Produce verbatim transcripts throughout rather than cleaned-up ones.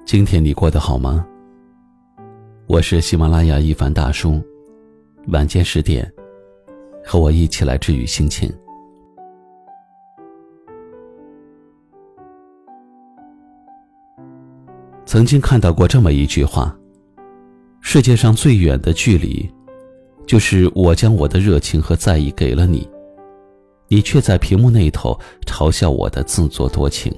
今天你过得好吗？我是喜马拉雅一凡大叔，晚间十点，和我一起来治愈心情。曾经看到过这么一句话，世界上最远的距离，就是我将我的热情和在意给了你，你却在屏幕那头嘲笑我的自作多情。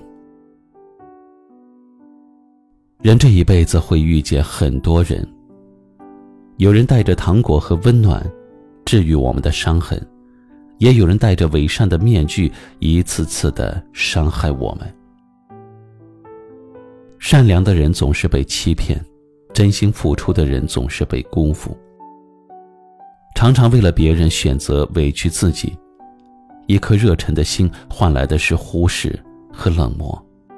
人这一辈子会遇见很多人，有人带着糖果和温暖治愈我们的伤痕，也有人戴着伪善的面具一次次地伤害我们。善良的人总是被欺骗，真心付出的人总是被辜负。常常为了别人选择委屈自己，一颗热忱的心换来的是忽视和冷漠。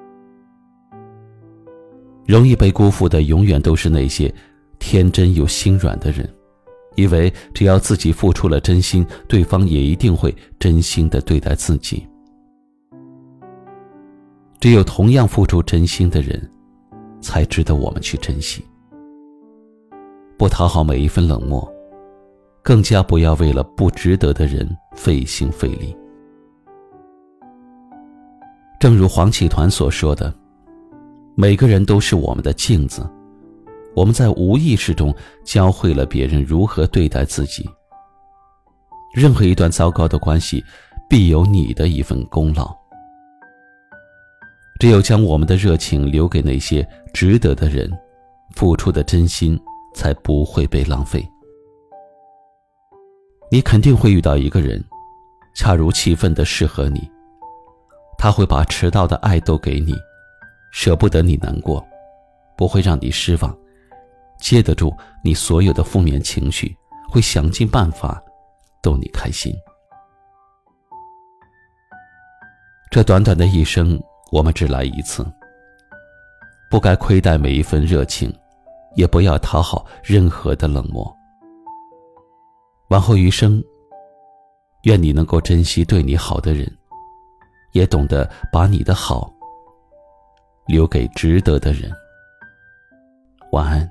容易被辜负的永远都是那些天真又心软的人，以为只要自己付出了真心，对方也一定会真心地对待自己。只有同样付出真心的人，才值得我们去珍惜。不讨好每一份冷漠，更加不要为了不值得的人费心费力。正如黄启团所说的，每个人都是我们的镜子，我们在无意识中教会了别人如何对待自己。任何一段糟糕的关系，必有你的一份功劳。只有将我们的热情留给那些值得的人，付出的真心才不会被浪费。你肯定会遇到一个人，恰如其分地适合你，他会把迟到的爱都给你，舍不得你难过，不会让你失望，接得住你所有的负面情绪，会想尽办法逗你开心。这短短的一生，我们只来一次，不该亏待每一份热情，也不要讨好任何的冷漠。往后余生，愿你能够珍惜对你好的人，也懂得把你的好留给值得的人。晚安。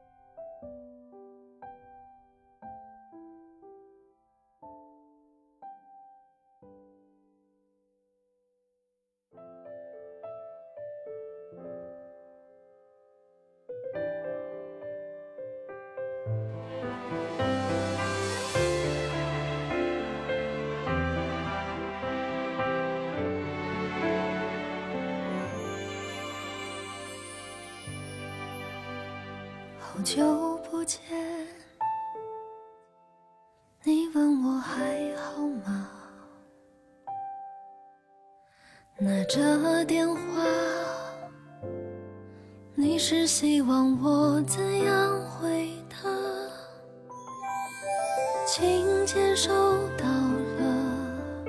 好久不见，你问我还好吗？拿着电话，你是希望我怎样回答？请接收到了，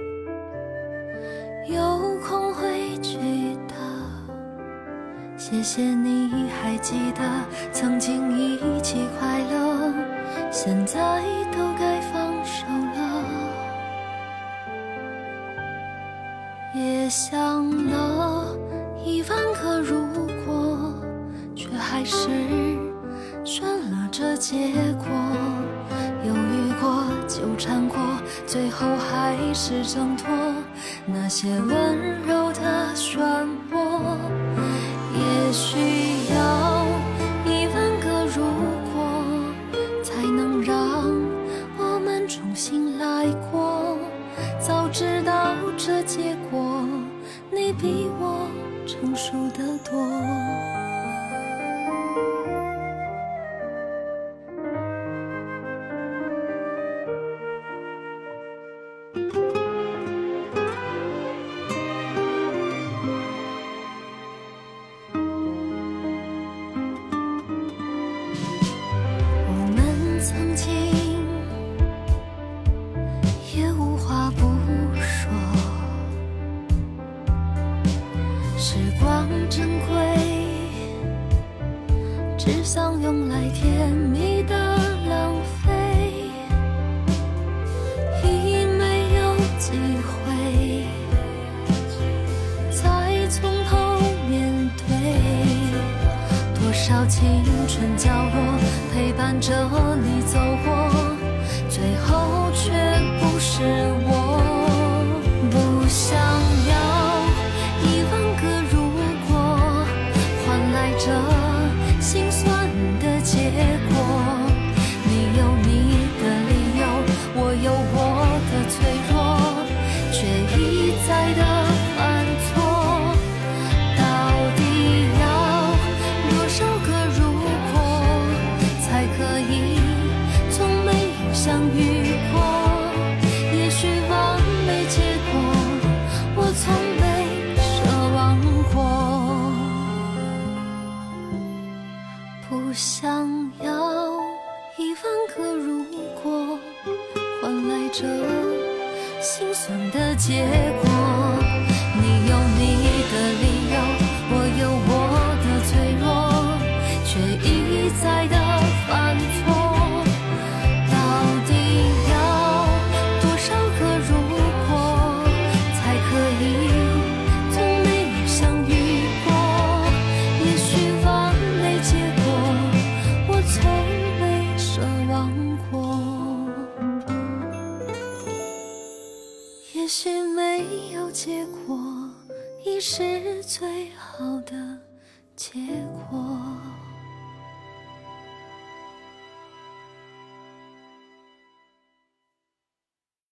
有空会去的。谢谢你还记得曾经一起快乐，现在都该放手了。也想了一万个如果，却还是选了这结果。犹豫过，纠缠过，最后还是挣脱那些温柔的漩涡。也许要一万个如果，才能让我们重新来过。早知道这结果，你比我成熟得多。时光正看着你走过，最后却不是我。不想要一万个如果，换来这心酸的结果。你有你的理由，我有我的脆弱，却一再的犯错。到底要多少个如果，才可以从没有相遇过？也许完美结果，我从没奢望过。不想要一万个如果，换来这心酸的结果。你有你的理由，我有我的脆弱，却一再的犯错。到底要多少个如果，才可以从没有相遇过？也许完美结果，我从没奢望过。也许没有结果，已是最好的结果。